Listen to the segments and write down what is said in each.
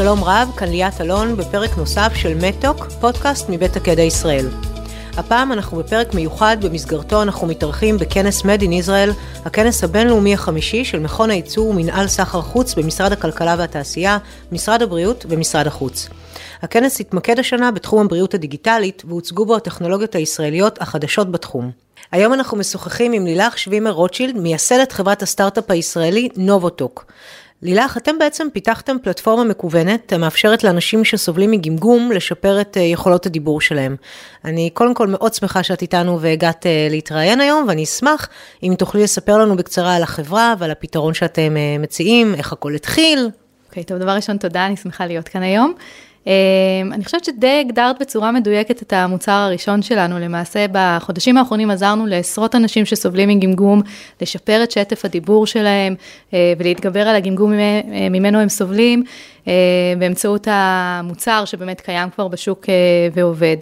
שלום רב, כאן ליאת אלון בפרק נוסף של מטוק, פודקאסט מבית הקדע ישראל. הפעם אנחנו בפרק מיוחד, במסגרתו אנחנו מתארחים בכנס Made in Israel, הכנס הבינלאומי החמישי של מכון הייצור ומנהל סחר חוץ במשרד הכלכלה והתעשייה, משרד הבריאות ומשרד החוץ. הכנס התמקד השנה בתחום הבריאות הדיגיטלית, והוצגו בו הטכנולוגיות הישראליות החדשות בתחום. היום אנחנו משוחחים עם לילך שווימר רוטשילד, מייסדת חברת הסטארט-אפ הישראלי נובוטוק. לילך, אתם בעצם פיתחתם פלטפורמה מקוונת, המאפשרת לאנשים שסובלים מגמגום לשפר את יכולות הדיבור שלהם. אני קודם כל מאוד שמחה שאת איתנו והגעת להתראיין היום, ואני אשמח אם תוכלי לספר לנו בקצרה על החברה ועל הפתרון שאתם מציעים, איך הכל התחיל. אוקיי, טוב, דבר ראשון, תודה, אני שמחה להיות כאן היום. אני חושבת שדי הגדרת בצורה מדויקת את המוצר הראשון שלנו. למעשה בחודשים האחרונים עזרנו לעשרות אנשים שסובלים מגמגום, לשפר את שטף הדיבור שלהם ולהתגבר על הגמגום ממנו הם סובלים, באמצעות המוצר שבאמת קיים כבר בשוק ועובד.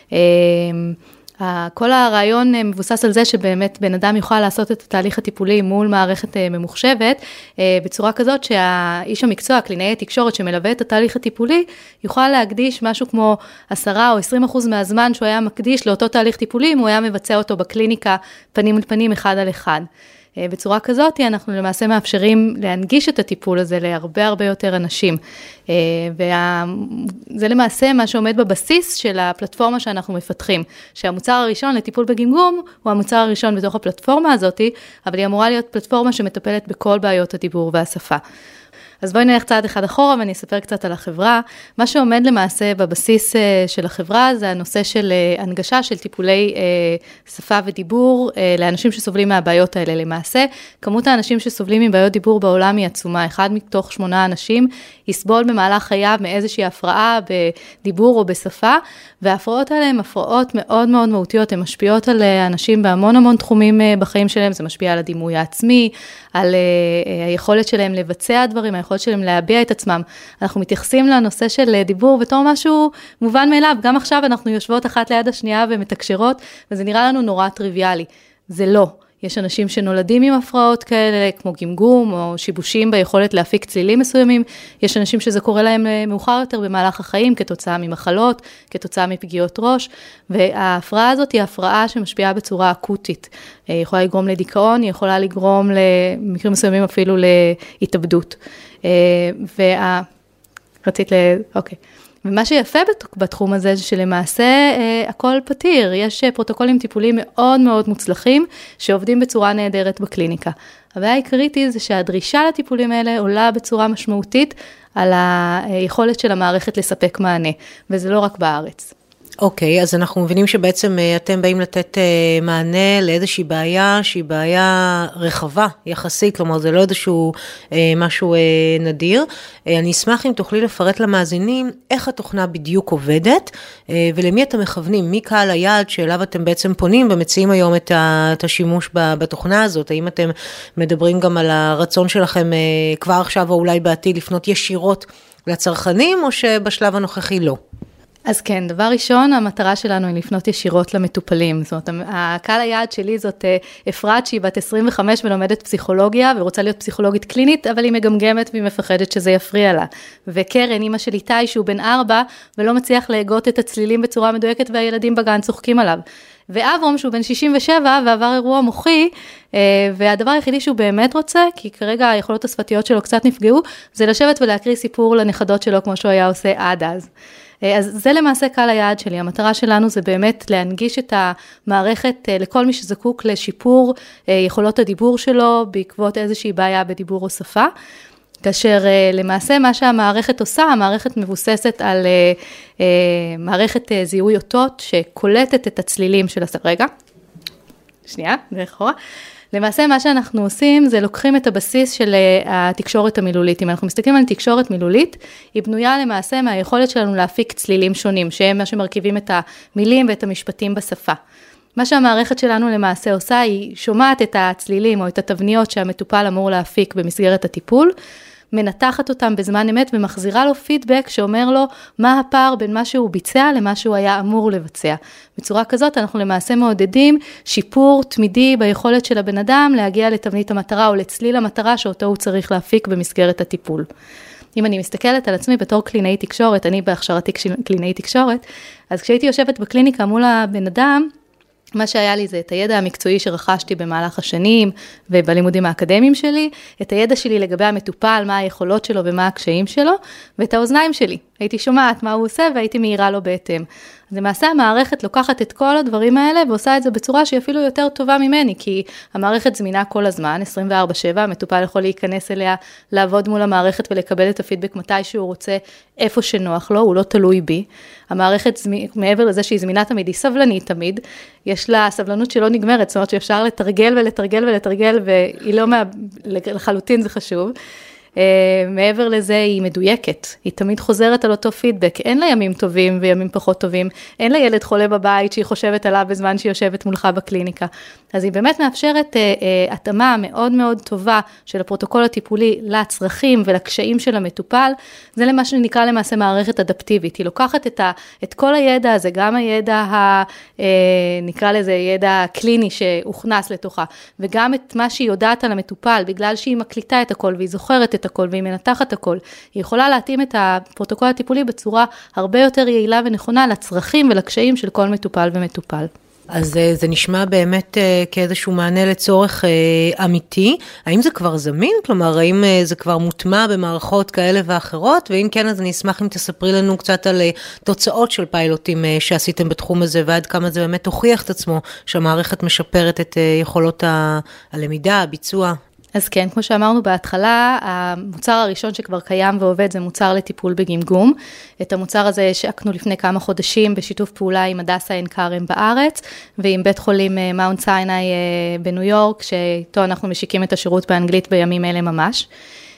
כל הרעיון מבוסס על זה שבאמת בן אדם יוכל לעשות את התהליך הטיפולי מול מערכת ממוחשבת, בצורה כזאת שהאיש המקצוע, קלינאי תקשורת שמלווה את התהליך הטיפולי, יוכל להקדיש משהו כמו 10 או 20% מהזמן שהוא היה מקדיש לאותו תהליך טיפולי, אם הוא היה מבצע אותו בקליניקה פנים אל פנים אחד על אחד. בצורה כזאת אנחנו למעשה מאפשרים להנגיש את הטיפול הזה להרבה הרבה יותר אנשים. וזה למעשה מה שעומד בבסיס של הפלטפורמה שאנחנו מפתחים. שהמוצר הראשון לטיפול בגמגום הוא המוצר הראשון בתוך הפלטפורמה הזאת, אבל היא אמורה להיות פלטפורמה שמטפלת בכל בעיות הדיבור והשפה. אז בואי נלך צעד אחד אחורה ואני אספר קצת על החברה. מה שעומד למעשה בבסיס של החברה זה הנושא של הנגשה של טיפולי שפה ודיבור לאנשים שסובלים מהבעיות האלה. למעשה, כמות האנשים שסובלים מבעיות דיבור בעולם היא עצומה. 1 מתוך 8 אנשים יסבול במהלך חייו מאיזושהי הפרעה בדיבור או בשפה, וההפרעות האלה הן הפרעות מאוד מאוד מהותיות, הן משפיעות על אנשים בהמון המון תחומים בחיים שלהם, זה משפיע על הדימוי העצמי, על היכולת שלהם לבצע דברים, היכולת שלהם להביע את עצמם. אנחנו מתייחסים לנושא של דיבור בתור משהו מובן מאליו, גם עכשיו אנחנו יושבות אחת ליד השנייה ומתקשרות, וזה נראה לנו נורא טריוויאלי. זה לא. יש אנשים שנולדים עם הפרעות כאלה, כמו גמגום או שיבושים ביכולת להפיק צלילים מסוימים. יש אנשים שזה קורה להם מאוחר יותר במהלך החיים, כתוצאה ממחלות, כתוצאה מפגיעות ראש. וההפרעה הזאת היא הפרעה שמשפיעה בצורה אקוטית. היא יכולה לגרום לדיכאון, היא יכולה לגרום למקרים מסוימים אפילו להתאבדות. אוקיי. ומה שיפה בתחום הזה זה שלמעשה הכל פתיר, יש פרוטוקולים טיפוליים מאוד מאוד מוצלחים שעובדים בצורה נהדרת בקליניקה. הבעיה העיקרית היא זה שהדרישה לטיפולים האלה עולה בצורה משמעותית על היכולת של המערכת לספק מענה, וזה לא רק בארץ. אוקיי, אז אנחנו מבינים שבעצם אתם באים לתת מענה לאיזושהי בעיה שהיא בעיה רחבה יחסית, כלומר זה לא איזשהו משהו נדיר. אני אשמח אם תוכלי לפרט למאזינים איך התוכנה בדיוק עובדת, ולמי אתם מכוונים, מי קהל היעד שאליו אתם בעצם פונים ומציעים היום את השימוש בתוכנה הזאת. האם אתם מדברים גם על הרצון שלכם כבר עכשיו או אולי בעתיד לפנות ישירות לצרכנים, או שבשלב הנוכחי לא? אז כן, דבר ראשון, המטרה שלנו היא לפנות ישירות למטופלים. זאת אומרת, הקהל היעד שלי זאת אפרת, שהיא בת 25 ולומדת פסיכולוגיה, ורוצה להיות פסיכולוגית קלינית, אבל היא מגמגמת והיא מפחדת שזה יפריע לה. וקרן, אמא של איתי, שהוא בן 4, ולא מצליח להגות את הצלילים בצורה מדויקת, והילדים בגן צוחקים עליו. ואברום, שהוא בן 67, ועבר אירוע מוחי, והדבר היחידי שהוא באמת רוצה, כי כרגע היכולות השפתיות שלו קצת נפגעו, זה לשבת ולהקריא סיפור לנכדות שלו, כמו שהוא היה עושה עד אז. אז זה למעשה קהל היעד שלי. המטרה שלנו זה באמת להנגיש את המערכת לכל מי שזקוק לשיפור יכולות הדיבור שלו, בעקבות איזושהי בעיה בדיבור או שפה. כאשר למעשה מה שהמערכת עושה, המערכת מבוססת על מערכת זיהוי אותות, שקולטת את הצלילים של רגע. שנייה, דרך אחורה. למעשה מה שאנחנו עושים זה לוקחים את הבסיס של התקשורת המילולית. אם אנחנו מסתכלים על תקשורת מילולית, היא בנויה למעשה מהיכולת שלנו להפיק צלילים שונים, שהם מה שמרכיבים את המילים ואת המשפטים בשפה. מה שהמערכת שלנו למעשה עושה, היא שומעת את הצלילים או את התבניות שהמטופל אמור להפיק במסגרת הטיפול, מנתחת אותם בזמן אמת ומחזירה לו פידבק שאומר לו מה הפער בין מה שהוא ביצע למה שהוא היה אמור לבצע. בצורה כזאת אנחנו למעשה מעודדים שיפור תמידי ביכולת של הבן אדם להגיע לתבנית המטרה או לצליל המטרה שאותו הוא צריך להפיק במסגרת הטיפול. אם אני מסתכלת על עצמי בתור קלינאי תקשורת, אני בהכשרתי קלינאי תקשורת, אז כשהייתי יושבת בקליניקה מול הבן אדם, מה שהיה לי זה את הידע המקצועי שרכשתי במהלך השנים ובלימודים האקדמיים שלי, את הידע שלי לגבי המטופל, מה היכולות שלו ומה הקשיים שלו, ואת האוזניים שלי. הייתי שומעת מה הוא עושה והייתי מהירה לו בהתאם. אז למעשה המערכת לוקחת את כל הדברים האלה ועושה את זה בצורה שהיא אפילו יותר טובה ממני, כי המערכת זמינה כל הזמן, 24/7, המטופל יכול להיכנס אליה, לעבוד מול המערכת ולקבל את הפידבק מתי שהוא רוצה, איפה שנוח לו, הוא לא תלוי בי. המערכת, מעבר לזה שהיא זמינה תמיד, היא סבלנית תמיד, יש לה סבלנות שלא נגמרת, זאת אומרת שאפשר לתרגל ולתרגל ולתרגל, והיא לא לחלוטין זה חשוב. מעבר לזה היא מדויקת, היא תמיד חוזרת על אותו פידבק, אין לה ימים טובים וימים פחות טובים, אין לה ילד חולה בבית שהיא חושבת עליו בזמן שהיא יושבת מולך בקליניקה, אז היא באמת מאפשרת התאמה מאוד מאוד טובה של הפרוטוקול הטיפולי לצרכים ולקשיים של המטופל, זה למה שנקרא למעשה מערכת אדפטיבית, היא לוקחת את כל הידע הזה, גם הידע, נקרא לזה ידע קליני שהוכנס לתוכה, וגם את מה שהיא יודעת על המטופל, בגלל שהיא מקליטה את הכל והיא זוכרת את הכל והיא מנתחת הכל, היא יכולה להתאים את הפרוטוקול הטיפולי בצורה הרבה יותר יעילה ונכונה לצרכים ולקשיים של כל מטופל ומטופל. אז זה נשמע באמת כאיזשהו מענה לצורך אמיתי. האם זה כבר זמין? כלומר, האם זה כבר מוטמע במערכות כאלה ואחרות? ואם כן, אז אני אשמח אם תספרי לנו קצת על תוצאות של פיילוטים שעשיתם בתחום הזה, ועד כמה זה באמת הוכיח את עצמו, שהמערכת משפרת את יכולות הלמידה, הביצוע. אז כן, כמו שאמרנו בהתחלה, המוצר הראשון שכבר קיים ועובד זה מוצר לטיפול בגמגום. את המוצר הזה השקנו לפני כמה חודשים בשיתוף פעולה עם הדסה עין כרם בארץ, ועם בית חולים מאונט סיני בניו יורק, שאיתו אנחנו משיקים את השירות באנגלית בימים אלה ממש.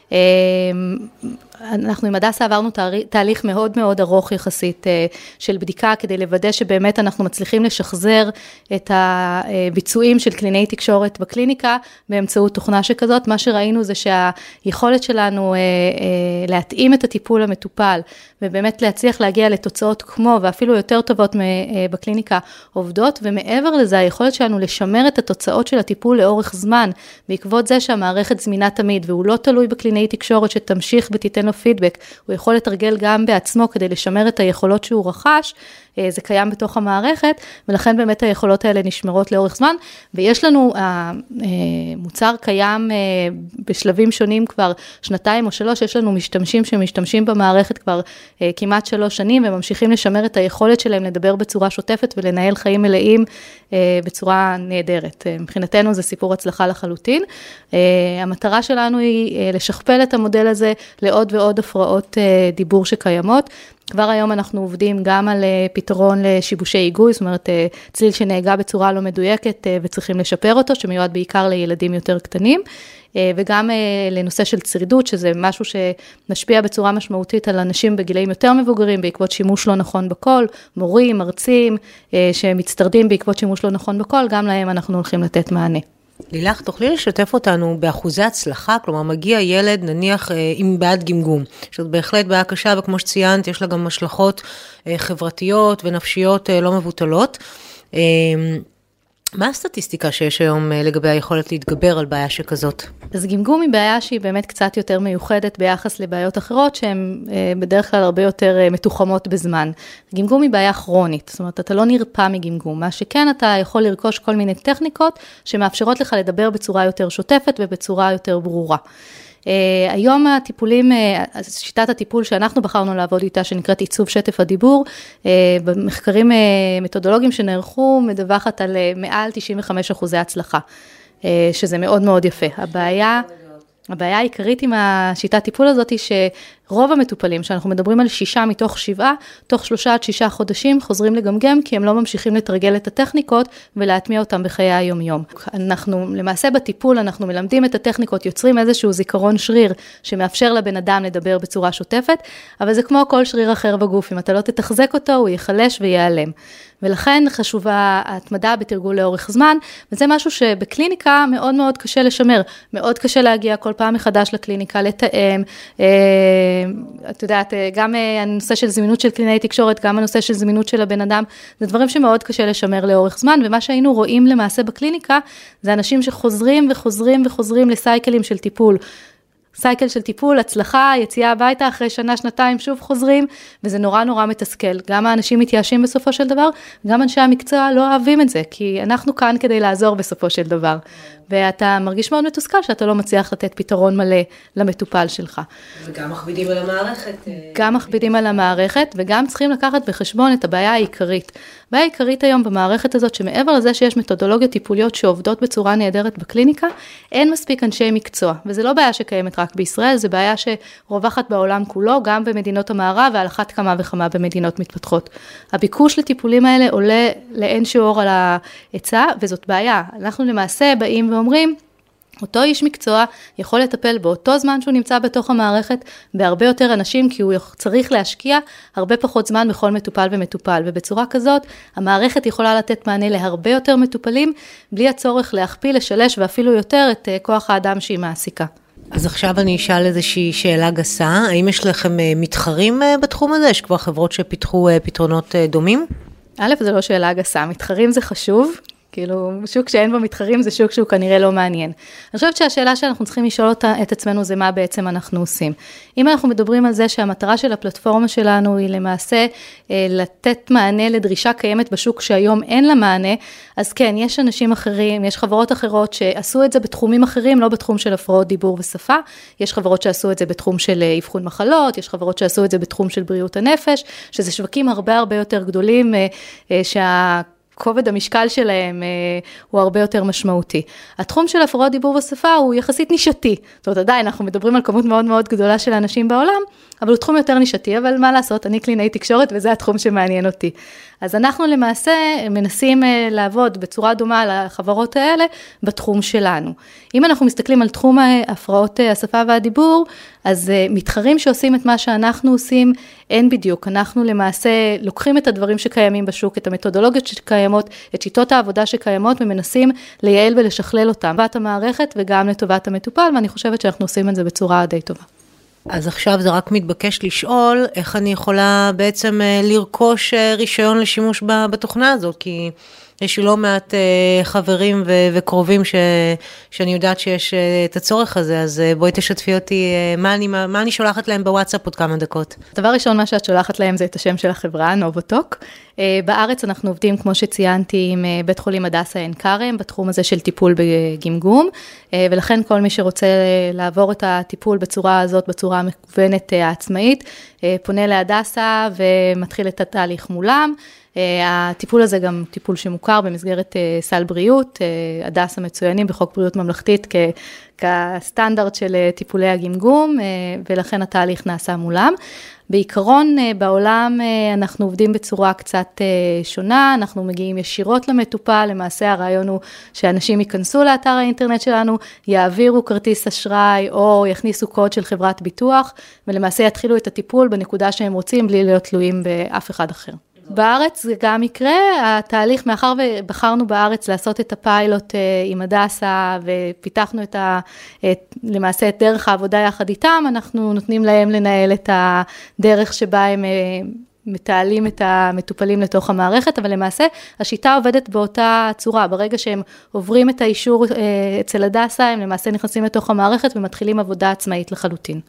אנחנו עם הדסה עברנו תהליך מאוד מאוד ארוך יחסית של בדיקה, כדי לוודא שבאמת אנחנו מצליחים לשחזר את הביצועים של קלינאי תקשורת בקליניקה, באמצעות תוכנה שכזאת. מה שראינו זה שהיכולת שלנו להתאים את הטיפול למטופל, ובאמת להצליח להגיע לתוצאות כמו, ואפילו יותר טובות בקליניקה עובדות, ומעבר לזה היכולת שלנו לשמר את התוצאות של הטיפול לאורך זמן, בעקבות זה שהמערכת זמינה תמיד, והוא לא תלוי בקלינאי תקשורת שתמשיך ותיתן לו פידבק, הוא יכול לתרגל גם בעצמו כדי לשמר את היכולות שהוא רכש, זה קיים בתוך המערכת, ולכן באמת היכולות האלה נשמרות לאורך זמן, ויש לנו, מוצר קיים בשלבים שונים כבר 2 או 3, יש לנו משתמשים שמשתמשים במערכת כבר כמעט 3 שנים, וממשיכים לשמר את היכולת שלהם לדבר בצורה שוטפת, ולנהל חיים מלאים בצורה נהדרת. מבחינתנו זה סיפור הצלחה לחלוטין. המטרה שלנו היא לשכפל את המודל הזה לעוד ועוד הפרעות דיבור שקיימות, כבר היום אנחנו עובדים גם על פתרון לשיבושי היגוי, זאת אומרת, צליל שנהגה בצורה לא מדויקת וצריכים לשפר אותו, שמיועד בעיקר לילדים יותר קטנים, וגם לנושא של צרידות, שזה משהו שמשפיע בצורה משמעותית על אנשים בגילאים יותר מבוגרים, בעקבות שימוש לא נכון בקול, מורים, מרצים, שמצטרדים בעקבות שימוש לא נכון בקול, גם להם אנחנו הולכים לתת מענה. לילך, תוכלי לשתף אותנו באחוזי הצלחה? כלומר, מגיע ילד, נניח, עם בעיית גמגום, שזאת בהחלט בעיה קשה, וכמו שציינת, יש לה גם השלכות חברתיות ונפשיות לא מבוטלות. מה הסטטיסטיקה שיש היום לגבי היכולת להתגבר על בעיה שכזאת? אז גמגום היא בעיה שהיא באמת קצת יותר מיוחדת ביחס לבעיות אחרות, שהן בדרך כלל הרבה יותר מתוחמות בזמן. גמגום היא בעיה כרונית, זאת אומרת, אתה לא נרפא מגמגום, מה שכן אתה יכול לרכוש כל מיני טכניקות שמאפשרות לך לדבר בצורה יותר שוטפת ובצורה יותר ברורה. היום הטיפולים, שיטת הטיפול שאנחנו בחרנו לעבוד איתה, שנקראת עיצוב שטף הדיבור, במחקרים מתודולוגיים שנערכו, מדווחת על מעל 95% הצלחה, שזה מאוד מאוד יפה. הבעיה העיקרית עם השיטת טיפול הזאת היא שרוב המטופלים, שאנחנו מדברים על 6 מתוך 7, תוך 3 עד 6 חודשים חוזרים לגמגם, כי הם לא ממשיכים לתרגל את הטכניקות ולהטמיע אותם בחיי היום-יום. אנחנו, למעשה בטיפול, אנחנו מלמדים את הטכניקות, יוצרים איזשהו זיכרון שריר, שמאפשר לבן אדם לדבר בצורה שוטפת, אבל זה כמו כל שריר אחר בגוף, אם אתה לא תתחזק אותו, הוא ייחלש ויעלם. ולכן חשובה ההתמדה בתרגול לאורך זמן, וזה משהו שבקליניקה מאוד מאוד קשה לשמר, מאוד קשה להגיע כל פעם מחדש לקליניקה, לתאם, את יודעת, גם הנושא של זמינות של קלינאי תקשורת, גם הנושא של זמינות של הבן אדם, זה דברים שמאוד קשה לשמר לאורך זמן, ומה שהיינו רואים למעשה בקליניקה, זה אנשים שחוזרים וחוזרים וחוזרים לסייקלים של טיפול, סייקל של טיפול, הצלחה, יציאה הביתה, אחרי שנה, שנתיים, שוב חוזרים, וזה נורא נורא מתסכל. גם האנשים מתייאשים בסופו של דבר, גם אנשי המקצוע לא אוהבים את זה, כי אנחנו כאן כדי לעזור בסופו של דבר. ואתה מרגיש מאוד מתוסכל שאתה לא מצליח לתת פתרון מלא למטופל שלך. וגם מכבידים על המערכת. גם מכבידים על המערכת, וגם צריכים לקחת בחשבון את הבעיה העיקרית. הבעיה העיקרית היום במערכת הזאת, שמעבר לזה שיש מתודולוגיות טיפוליות שעובדות בצורה נהדרת בקליניקה, אין מספיק אנשי מקצוע. וזה לא בעיה שקיימת רק בישראל, זה בעיה שרווחת בעולם כולו, גם במדינות המערב, ועל אחת כמה וכמה במדינות מתפתחות. הביקוש לטיפולים האלה עולה לאין שיעור על ההיצע, וזאת בעיה. אנחנו למעשה באים ואומרים, אותו איש מקצוע יכול לטפל באותו זמן שהוא נמצא בתוך המערכת, בהרבה יותר אנשים, כי הוא צריך להשקיע הרבה פחות זמן בכל מטופל ומטופל, ובצורה כזאת, המערכת יכולה לתת מענה להרבה יותר מטופלים, בלי הצורך להכפיל, לשלש ואפילו יותר את כוח האדם שהיא מעסיקה. אז עכשיו אני אשאל איזושהי שאלה גסה, האם יש לכם מתחרים בתחום הזה? יש כבר חברות שפיתחו פתרונות דומים? א', זה לא שאלה גסה, מתחרים זה חשוב, כאילו, שוק שאין בו מתחרים זה שוק שהוא כנראה לא מעניין. אני חושבת שהשאלה שאנחנו צריכים לשאול את עצמנו זה מה בעצם אנחנו עושים. אם אנחנו מדברים על זה שהמטרה של הפלטפורמה שלנו היא למעשה לתת מענה לדרישה קיימת בשוק שהיום אין לה מענה, אז כן, יש אנשים אחרים, יש חברות אחרות שעשו את זה בתחומים אחרים, לא בתחום של הפרעות דיבור ושפה, יש חברות שעשו את זה בתחום של אבחון מחלות, יש חברות שעשו את זה בתחום של בריאות הנפש, שזה שווקים הרבה הרבה יותר גדולים כובד המשקל שלהם הוא הרבה יותר משמעותי. התחום של הפרעות דיבור ושפה הוא יחסית נישתי. זאת אומרת, עדיין אנחנו מדברים על כמות מאוד מאוד גדולה של אנשים בעולם, אבל הוא תחום יותר נישתי, אבל מה לעשות? אני קלינאי תקשורת וזה התחום שמעניין אותי. אז אנחנו למעשה מנסים לעבוד בצורה דומה לחברות האלה בתחום שלנו. אם אנחנו מסתכלים על תחום הפרעות השפה והדיבור, אז מתחרים שעושים את מה שאנחנו עושים, אין בדיוק. אנחנו למעשה לוקחים את הדברים שקיימים בשוק, את המתודולוגיות שקיימות, את שיטות העבודה שקיימות, ומנסים לייעל ולשכלל אותם. לטובת המערכת וגם לטובת המטופל, ואני חושבת שאנחנו עושים את זה בצורה די טובה. אז עכשיו זה רק מתבקש לשאול, איך אני יכולה בעצם לרכוש רישיון לשימוש בתוכנה הזאת, כי יש לי לא מעט חברים וקרובים שאני יודעת שיש את הצורך הזה, אז בואי תשתפי אותי, מה אני שולחת להם בוואטסאפ עוד כמה דקות? דבר ראשון, מה שאת שולחת להם זה את השם של החברה, נובוטוק. בארץ אנחנו עובדים, כמו שציינתי, עם בית חולים הדסה עין כרם, בתחום הזה של טיפול בגמגום, ולכן כל מי שרוצה לעבור את הטיפול בצורה הזאת, בצורה מקוונת העצמאית, פונה להדסה ומתחיל את התהליך מולם. הטיפול הזה גם טיפול שמוכר במסגרת סל בריאות, הדסה מצוינים בחוק בריאות ממלכתית כסטנדרט של טיפולי הגמגום, ולכן התהליך נעשה מולם. בעיקרון בעולם אנחנו עובדים בצורה קצת שונה, אנחנו מגיעים ישירות למטופל, למעשה הרעיון הוא שאנשים ייכנסו לאתר האינטרנט שלנו, יעבירו כרטיס אשראי או יכניסו קוד של חברת ביטוח, ולמעשה יתחילו את הטיפול בנקודה שהם רוצים בלי להיות תלויים באף אחד אחר. בארץ זה גם יקרה, התהליך, מאחר ובחרנו בארץ לעשות את הפיילוט עם הדסה, ופיתחנו למעשה את דרך העבודה יחד איתם, אנחנו נותנים להם לנהל את הדרך שבה הם מתעלים את המטופלים לתוך המערכת, אבל למעשה השיטה עובדת באותה צורה, ברגע שהם עוברים את האישור אצל הדסה, הם למעשה נכנסים לתוך המערכת ומתחילים עבודה עצמאית לחלוטין.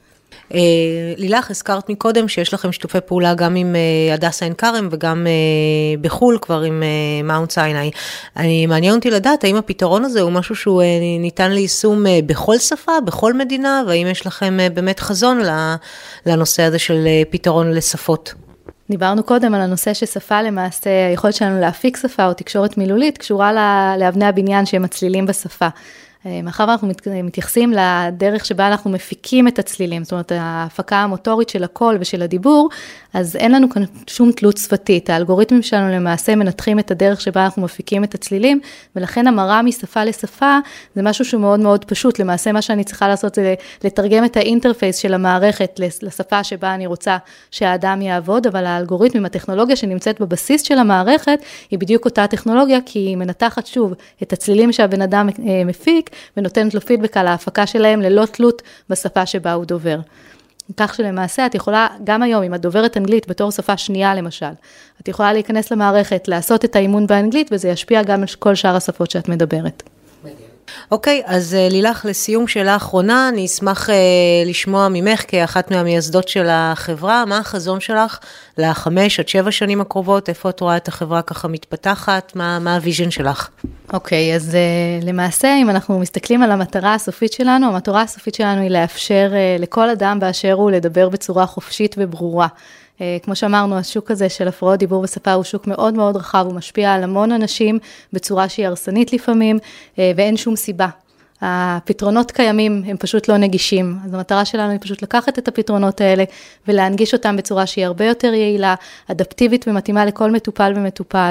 לילך, הזכרת מקודם שיש לכם שיתופי פעולה גם עם הדסה עין כרם וגם בחול כבר עם מאונט סיני. מעניין אותי לדעת האם הפתרון הזה הוא משהו שהוא ניתן ליישום בכל שפה, בכל מדינה, והאם יש לכם באמת חזון לנושא הזה של פתרון לשפות. דיברנו קודם על הנושא ששפה למעשה, היכולת שלנו להפיק שפה או תקשורת מילולית, קשורה לאבני הבניין שהם מצלילים בשפה. מאחר ואנחנו מתייחסים לדרך שבה אנחנו מפיקים את הצלילים, זאת אומרת, ההפקה המוטורית של הקול ושל הדיבור, אז אין לנו כאן שום תלות שפתית. האלגוריתמים שלנו למעשה מנתחים את הדרך שבה אנחנו מפיקים את הצלילים, ולכן המראה משפה לשפה זה משהו שהוא מאוד מאוד פשוט. למעשה מה שאני צריכה לעשות זה לתרגם את האינטרפייס של המערכת לשפה שבה אני רוצה שהאדם יעבוד, אבל האלגוריתמים, הטכנולוגיה שנמצאת בבסיס של המערכת, היא בדיוק אותה טכנולוגיה, כי היא מנתחת שוב את הצלילים שהבן אדם מפיק, ונותנת לו פידבק על ההפקה שלהם ללא תלות בשפה שבה הוא דובר. כך שלמעשה את יכולה, גם היום, אם את דוברת אנגלית בתור שפה שנייה למשל, את יכולה להיכנס למערכת, לעשות את האימון באנגלית, וזה ישפיע גם על כל שאר השפות שאת מדברת. אוקיי, אז לילך, לסיום שאלה האחרונה, אני אשמח לשמוע ממך כאחת מהמייסדות של החברה, מה החזון שלך ל5 עד 7 שנים הקרובות, איפה את רואה את החברה ככה מתפתחת, מה הוויז'ן שלך? אוקיי, אז למעשה, אם אנחנו מסתכלים על המטרה הסופית שלנו, המטרה הסופית שלנו היא לאפשר לכל אדם באשר הוא לדבר בצורה חופשית וברורה. כמו שאמרנו, השוק הזה של הפרעות דיבור ושפה הוא שוק מאוד מאוד רחב, הוא משפיע על המון אנשים בצורה שהיא הרסנית לפעמים, ואין שום סיבה. הפתרונות קיימים, הם פשוט לא נגישים. אז המטרה שלנו היא פשוט לקחת את הפתרונות האלה, ולהנגיש אותם בצורה שהיא הרבה יותר יעילה, אדפטיבית ומתאימה לכל מטופל ומטופל,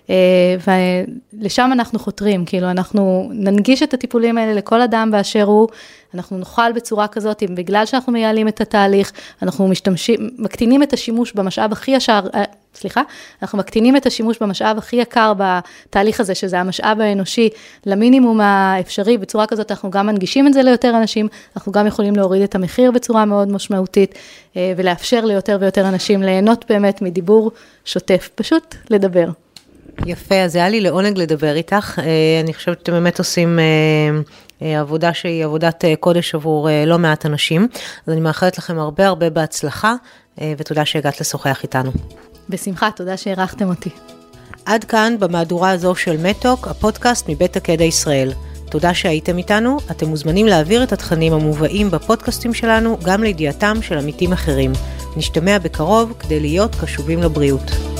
ולשם אנחנו חותרים, כאילו אנחנו ננגיש את הטיפולים האלה לכל אדם באשר הוא, אנחנו נוכל בצורה כזאת, בגלל שאנחנו מייעלים את התהליך, אנחנו מקטינים את השימוש במשאב הכי ישר, אנחנו מקטינים את השימוש במשאב הכי יקר בתהליך הזה, שזה המשאב האנושי, למינימום האפשרי, בצורה כזאת אנחנו גם מנגישים את זה ליותר אנשים, אנחנו גם יכולים להוריד את המחיר בצורה מאוד משמעותית, ולאפשר ליותר ויותר אנשים ליהנות באמת מדיבור שוטף, פשוט לדבר. יפה, אז היה לי לעונג לדבר איתך, אני חושבת שאתם באמת עושים עבודה שהיא עבודת קודש עבור לא מעט אנשים, אז אני מאחלת לכם הרבה הרבה בהצלחה, ותודה שהגעת לשוחח איתנו. בשמחה, תודה שהערכתם אותי. עד כאן במהדורה הזו של מטוק, הפודקאסט מבית הקדע ישראל. תודה שהייתם איתנו, אתם מוזמנים להעביר את התכנים המובאים בפודקאסטים שלנו גם לידיעתם של עמיתים אחרים. נשתמע בקרוב כדי להיות קשובים לבריאות.